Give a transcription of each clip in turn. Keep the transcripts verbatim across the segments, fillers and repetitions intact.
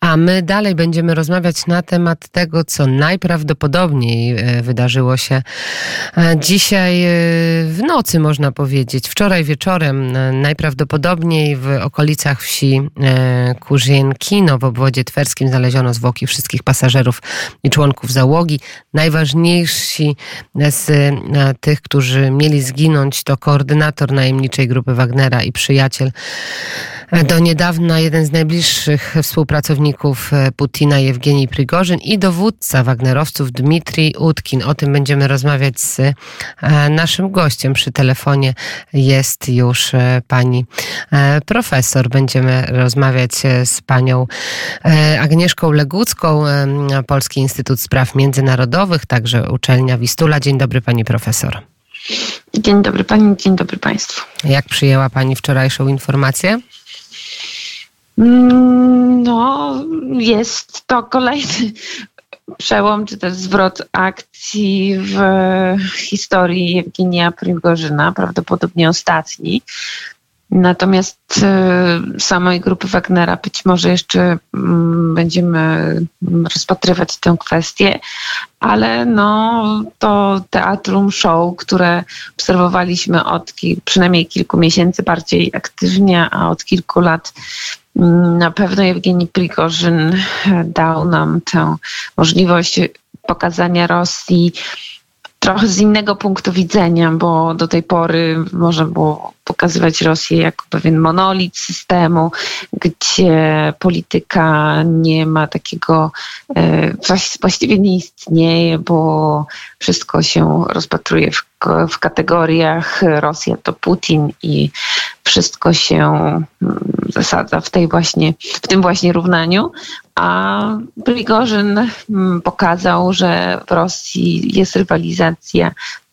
A my dalej będziemy rozmawiać na temat tego, co najprawdopodobniej wydarzyło się dzisiaj w nocy, można powiedzieć. Wczoraj wieczorem najprawdopodobniej w okolicach wsi Kurzienkino w obwodzie twerskim znaleziono zwłoki wszystkich pasażerów i członków załogi. Najważniejsi z tych, którzy mieli zginąć, to koordynator najemniczej grupy Wagnera i przyjaciel do niedawna jeden z najbliższych współpracowników Putina, Jewgenij Prigorzyn, i dowódca wagnerowców Dmitrij Utkin. O tym będziemy rozmawiać z naszym gościem. Przy telefonie jest już pani profesor. Będziemy rozmawiać z panią Agnieszką Legucką, Polski Instytut Spraw Międzynarodowych, także uczelnia Wistula. Dzień dobry, pani profesor. Dzień dobry pani, dzień dobry państwu. Jak przyjęła pani wczorajszą informację? No, jest to kolejny przełom, czy też zwrot akcji w historii Jewgenija Prigorzyna, prawdopodobnie ostatni. Natomiast samej grupy Wagnera być może jeszcze będziemy rozpatrywać tę kwestię, ale no to teatrum show, które obserwowaliśmy od ki- przynajmniej kilku miesięcy bardziej aktywnie, a od kilku lat na pewno Jewgenij Prigorzyn dał nam tę możliwość pokazania Rosji trochę z innego punktu widzenia, bo do tej pory można było pokazywać Rosję jako pewien monolit systemu, gdzie polityka nie ma takiego, właściwie nie istnieje, bo wszystko się rozpatruje w, w kategoriach Rosja to Putin i wszystko się zasadza w tej właśnie, w tym właśnie równaniu. A Prigorzyn pokazał, że w Rosji jest rywalizacja,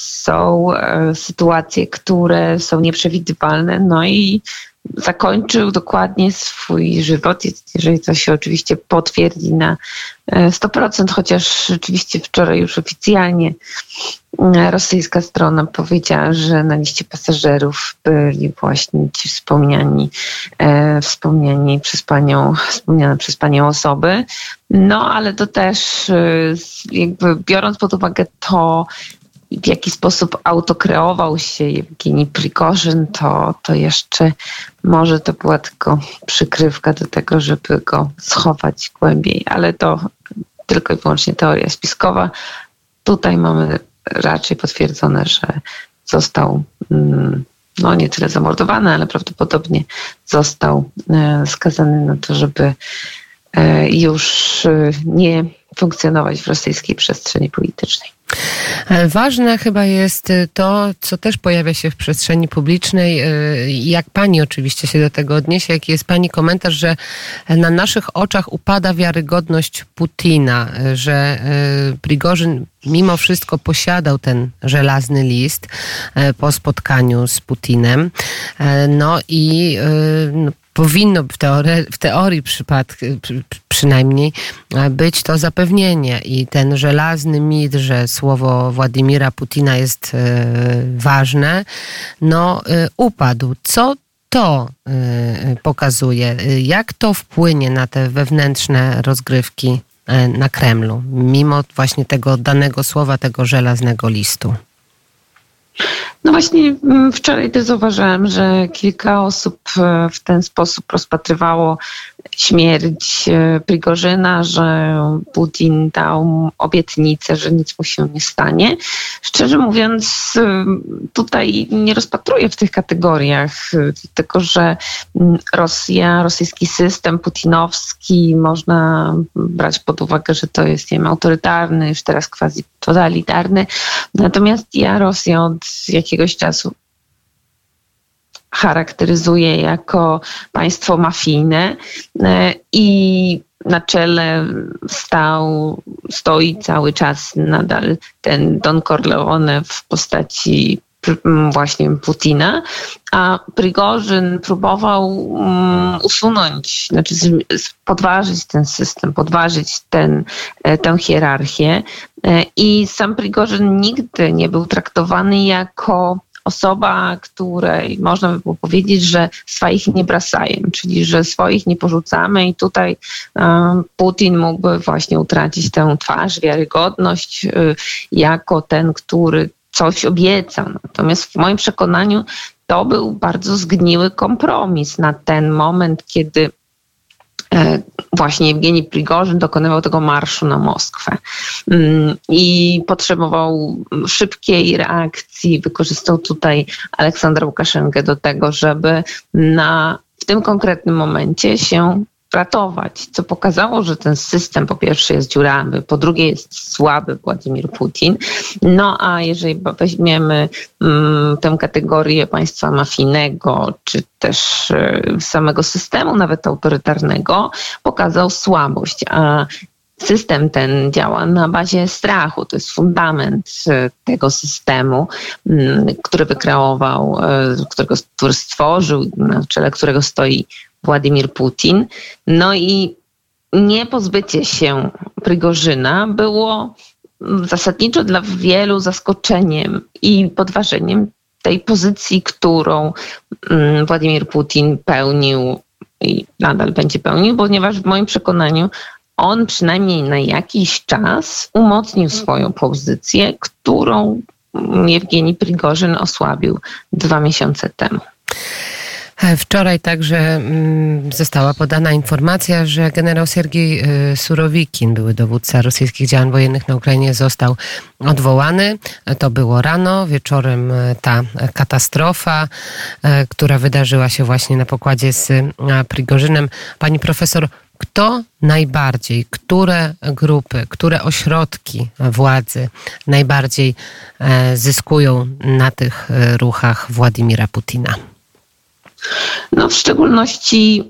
są sytuacje, które są nieprzewidywalne, no i zakończył dokładnie swój żywot, jeżeli to się oczywiście potwierdzi na sto procent, chociaż rzeczywiście wczoraj już oficjalnie rosyjska strona powiedziała, że na liście pasażerów byli właśnie ci wspomniani, e, wspomniani przez panią, wspomniane przez panią osoby. No ale to też e, jakby biorąc pod uwagę to, w jaki sposób autokreował się Jewgenij Prigorzyn, to, to jeszcze może to była tylko przykrywka do tego, żeby go schować głębiej, ale to tylko i wyłącznie teoria spiskowa. Tutaj mamy raczej potwierdzone, że został no nie tyle zamordowany, ale prawdopodobnie został skazany na to, żeby już nie funkcjonować w rosyjskiej przestrzeni politycznej. Ważne chyba jest to, co też pojawia się w przestrzeni publicznej, jak pani oczywiście się do tego odniesie, jaki jest pani komentarz, że na naszych oczach upada wiarygodność Putina, że Prigorzyn mimo wszystko posiadał ten żelazny list po spotkaniu z Putinem. No i no, powinno w teorii, w teorii przypadku, przy, przynajmniej być to zapewnienie i ten żelazny mit, że słowo Władimira Putina jest e, ważne, no e, upadł. Co to e, pokazuje? Jak to wpłynie na te wewnętrzne rozgrywki e, na Kremlu, mimo właśnie tego danego słowa, tego żelaznego listu? No właśnie wczoraj też zauważyłam, że kilka osób w ten sposób rozpatrywało śmierć Prigorzyna, że Putin dał obietnicę, że nic mu się nie stanie. Szczerze mówiąc, tutaj nie rozpatruję w tych kategoriach, tylko że Rosja, rosyjski system putinowski można brać pod uwagę, że to jest, nie wiem, autorytarny, już teraz quasi totalitarny. Natomiast ja Rosję od jakiegoś czasu charakteryzuje jako państwo mafijne i na czele stał, stoi cały czas nadal ten Don Corleone w postaci właśnie Putina, a Prigorzyn próbował usunąć, znaczy podważyć ten system, podważyć ten, tę hierarchię i sam Prigorzyn nigdy nie był traktowany jako osoba, której można by było powiedzieć, że swoich nie brasajem, czyli że swoich nie porzucamy i tutaj um, Putin mógłby właśnie utracić tę twarz, wiarygodność y, jako ten, który coś obiecał. Natomiast w moim przekonaniu to był bardzo zgniły kompromis na ten moment, kiedy właśnie Jewgeni Prigorzyn dokonywał tego marszu na Moskwę i potrzebował szybkiej reakcji. Wykorzystał tutaj Aleksandra Łukaszenkę do tego, żeby na, w tym konkretnym momencie się ratować, co pokazało, że ten system po pierwsze jest dziurawy, po drugie jest słaby Władimir Putin. No a jeżeli weźmiemy um, tę kategorię państwa mafijnego, czy też y, samego systemu nawet autorytarnego, pokazał słabość. A system ten działa na bazie strachu. To jest fundament y, tego systemu, y, który wykreował, y, którego, który stworzył, na czele którego stoi Władimir Putin. No i nie pozbycie się Prigorzyna było zasadniczo dla wielu zaskoczeniem i podważeniem tej pozycji, którą Władimir Putin pełnił i nadal będzie pełnił, ponieważ w moim przekonaniu on przynajmniej na jakiś czas umocnił swoją pozycję, którą Jewgeni Prigorzyn osłabił dwa miesiące temu. Wczoraj także została podana informacja, że generał Siergiej Surowikin, były dowódca rosyjskich działań wojennych na Ukrainie, został odwołany. To było rano, wieczorem ta katastrofa, która wydarzyła się właśnie na pokładzie z Prigorzynem. Pani profesor, kto najbardziej, które grupy, które ośrodki władzy najbardziej zyskują na tych ruchach Władimira Putina? No w szczególności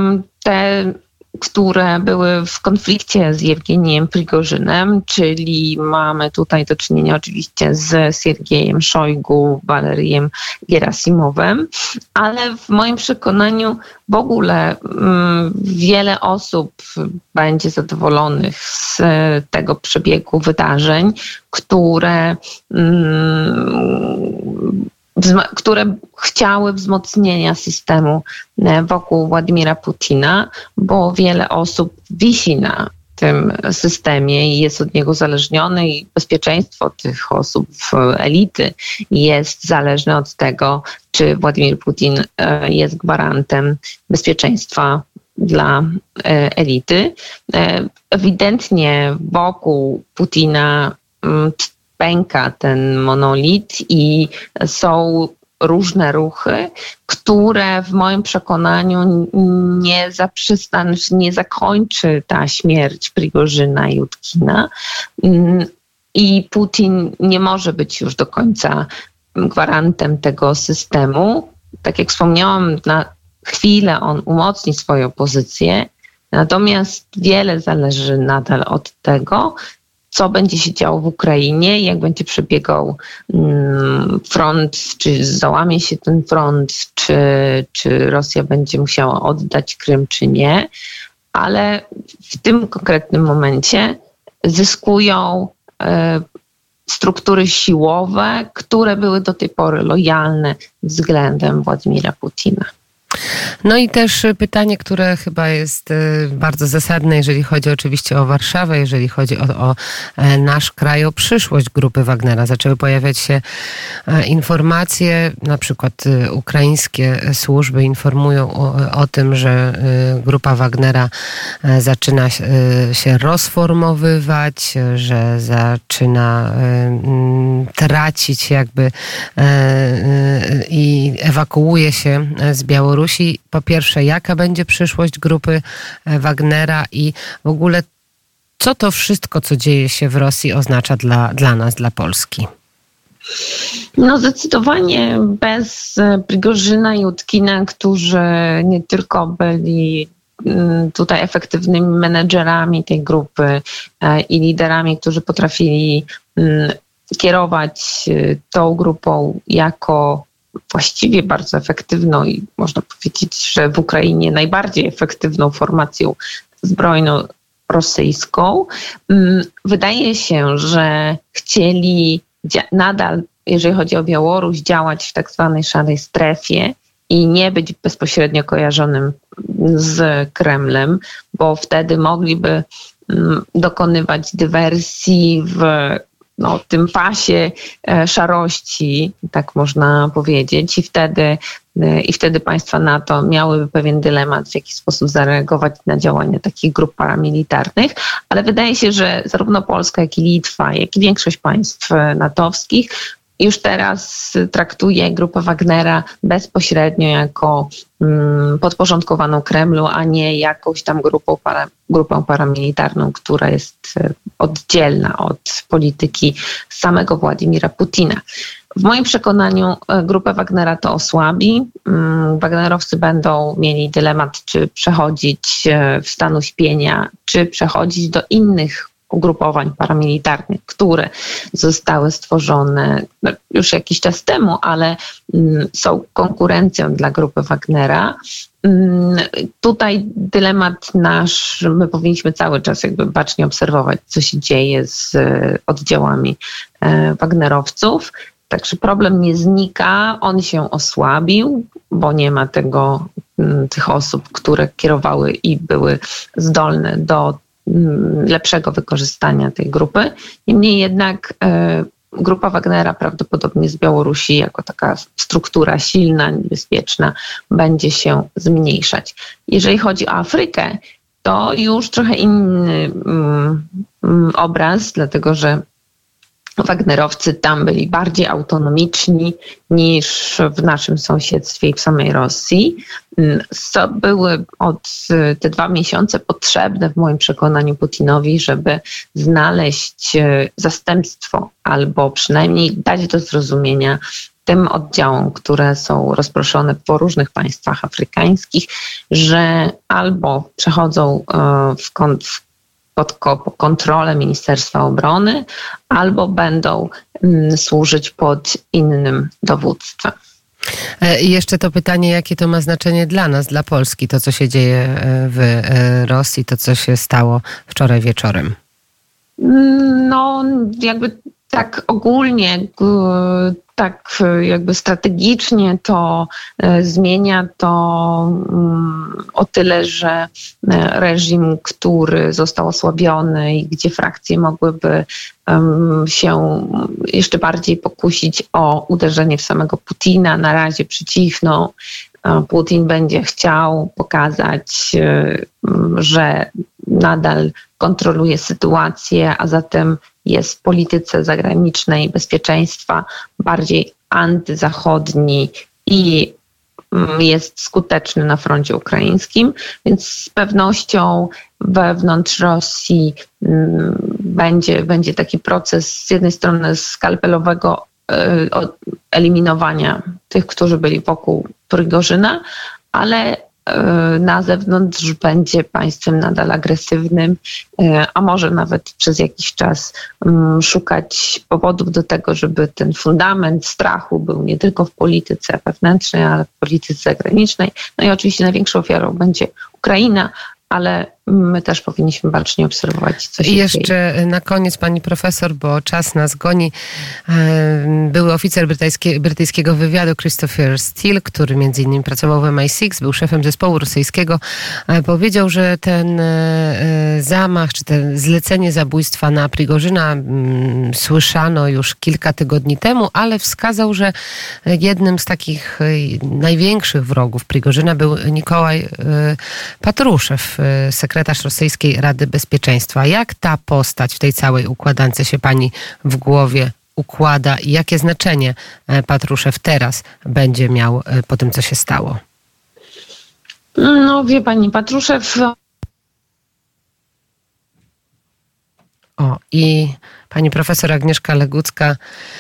te, które były w konflikcie z Jewgeniem Prigorzynem, czyli mamy tutaj do czynienia oczywiście z Siergiejem Szojgu, Walerijem Gerasimowem, ale w moim przekonaniu w ogóle um, wiele osób będzie zadowolonych z tego przebiegu wydarzeń, które um, które chciały wzmocnienia systemu wokół Władimira Putina, bo wiele osób wisi na tym systemie i jest od niego uzależnione i bezpieczeństwo tych osób, elity jest zależne od tego, czy Władimir Putin jest gwarantem bezpieczeństwa dla elity. Ewidentnie wokół Putina pęka ten monolit i są różne ruchy, które w moim przekonaniu nie zaprzestaną, nie zakończy ta śmierć Prigorzyna i Utkina. I Putin nie może być już do końca gwarantem tego systemu. Tak jak wspomniałam, na chwilę on umocni swoją pozycję, natomiast wiele zależy nadal od tego, co będzie się działo w Ukrainie, jak będzie przebiegał front, czy załamie się ten front, czy, czy Rosja będzie musiała oddać Krym, czy nie. Ale w tym konkretnym momencie zyskują struktury siłowe, które były do tej pory lojalne względem Władimira Putina. No i też pytanie, które chyba jest bardzo zasadne, jeżeli chodzi oczywiście o Warszawę, jeżeli chodzi o, o nasz kraj, o przyszłość grupy Wagnera. Zaczęły pojawiać się informacje, na przykład ukraińskie służby informują o, o tym, że grupa Wagnera zaczyna się rozformowywać, że zaczyna tracić jakby i ewakuuje się z Białorusi. Po pierwsze, jaka będzie przyszłość grupy Wagnera i w ogóle co to wszystko, co dzieje się w Rosji, oznacza dla, dla nas, dla Polski? No zdecydowanie bez Prigorzyna i Utkina, którzy nie tylko byli tutaj efektywnymi menedżerami tej grupy i liderami, którzy potrafili kierować tą grupą jako właściwie bardzo efektywną i można powiedzieć, że w Ukrainie najbardziej efektywną formacją zbrojną rosyjską. Wydaje się, że chcieli nadal jeżeli chodzi o Białoruś, działać w tak zwanej szarej strefie i nie być bezpośrednio kojarzonym z Kremlem, bo wtedy mogliby dokonywać dywersji w no, tym pasie szarości, tak można powiedzieć, i wtedy, i wtedy państwa NATO miałyby pewien dylemat, w jaki sposób zareagować na działania takich grup paramilitarnych, ale wydaje się, że zarówno Polska, jak i Litwa, jak i większość państw natowskich już teraz traktuje grupę Wagnera bezpośrednio jako mm, podporządkowaną Kremlu, a nie jakąś tam grupą, para, grupą paramilitarną, która jest oddzielna od polityki samego Władimira Putina. W moim przekonaniu grupę Wagnera to osłabi. Wagnerowcy będą mieli dylemat, czy przechodzić w stan uśpienia, czy przechodzić do innych ugrupowań paramilitarnych, które zostały stworzone już jakiś czas temu, ale są konkurencją dla grupy Wagnera. Tutaj dylemat nasz, my powinniśmy cały czas jakby bacznie obserwować, co się dzieje z oddziałami wagnerowców. Także problem nie znika, on się osłabił, bo nie ma tego, tych osób, które kierowały i były zdolne do lepszego wykorzystania tej grupy. Niemniej jednak grupa Wagnera prawdopodobnie z Białorusi jako taka struktura silna, niebezpieczna będzie się zmniejszać. Jeżeli chodzi o Afrykę, to już trochę inny obraz, dlatego że Wagnerowcy tam byli bardziej autonomiczni niż w naszym sąsiedztwie i w samej Rosji. Były od te dwa miesiące potrzebne w moim przekonaniu Putinowi, żeby znaleźć zastępstwo albo przynajmniej dać do zrozumienia tym oddziałom, które są rozproszone po różnych państwach afrykańskich, że albo przechodzą w kont pod kontrolę Ministerstwa Obrony, albo będą służyć pod innym dowództwem. I jeszcze to pytanie, jakie to ma znaczenie dla nas, dla Polski, to co się dzieje w Rosji, to co się stało wczoraj wieczorem? No jakby tak ogólnie, tak jakby strategicznie to zmienia to o tyle, że reżim, który został osłabiony i gdzie frakcje mogłyby się jeszcze bardziej pokusić o uderzenie w samego Putina, na razie przycichną. Putin będzie chciał pokazać, że nadal kontroluje sytuację, a zatem jest w polityce zagranicznej bezpieczeństwa bardziej antyzachodni i jest skuteczny na froncie ukraińskim, więc z pewnością wewnątrz Rosji będzie, będzie taki proces z jednej strony skalpelowego eliminowania tych, którzy byli wokół Prigorzyna, ale na zewnątrz będzie państwem nadal agresywnym, a może nawet przez jakiś czas szukać powodów do tego, żeby ten fundament strachu był nie tylko w polityce wewnętrznej, ale w polityce zagranicznej. No i oczywiście największą ofiarą będzie Ukraina, ale my też powinniśmy bacznie obserwować, co się I jeszcze dzieje. Na koniec, pani profesor, bo czas nas goni. Były oficer brytyjskie, brytyjskiego wywiadu Christopher Steele, który między innymi pracował w M I sześć, był szefem zespołu rosyjskiego, powiedział, że ten zamach, czy te zlecenie zabójstwa na Prigorzyna słyszano już kilka tygodni temu, ale wskazał, że jednym z takich największych wrogów Prigorzyna był Nikołaj Patruszew, sekretarz Rosyjskiej Rady Bezpieczeństwa. Jak ta postać w tej całej układance się pani w głowie układa i jakie znaczenie Patruszew teraz będzie miał po tym, co się stało? No wie pani, Patruszew... O, i pani profesor Agnieszka Legucka,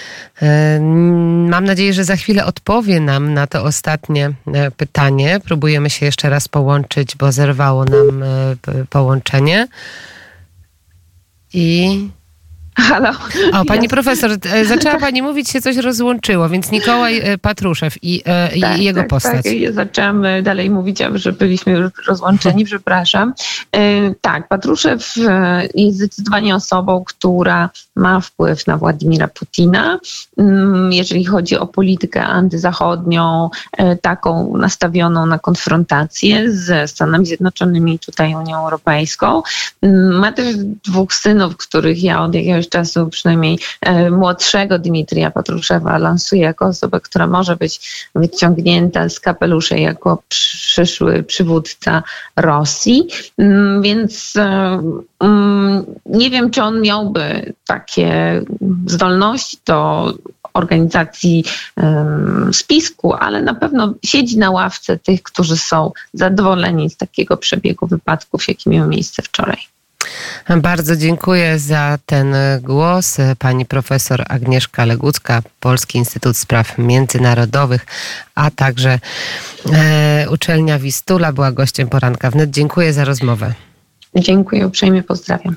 mam nadzieję, że za chwilę odpowie nam na to ostatnie pytanie. Próbujemy się jeszcze raz połączyć, bo zerwało nam połączenie. I Halo. O, pani Jest. profesor, zaczęła pani mówić, się coś rozłączyło, więc Mikołaj Patruszew i, tak, i jego tak, postać. Tak, ja zaczęłam dalej mówić, a że byliśmy już rozłączeni, przepraszam. Tak, Patruszew jest zdecydowanie osobą, która ma wpływ na Władimira Putina, jeżeli chodzi o politykę antyzachodnią, taką nastawioną na konfrontację ze Stanami Zjednoczonymi, tutaj Unią Europejską. Ma też dwóch synów, których ja od jakiegoś czasu, przynajmniej młodszego Dmitrija Patruszewa, lansuję jako osobę, która może być wyciągnięta z kapelusza jako przyszły przywódca Rosji. Więc nie wiem, czy on miałby takie zdolności do organizacji um, spisku, ale na pewno siedzi na ławce tych, którzy są zadowoleni z takiego przebiegu wypadków, jaki miał miejsce wczoraj. Bardzo dziękuję za ten głos. Pani profesor Agnieszka Legucka, Polski Instytut Spraw Międzynarodowych, a także e, uczelnia Wistula była gościem Poranka Wnet. Dziękuję za rozmowę. Dziękuję, uprzejmie pozdrawiam.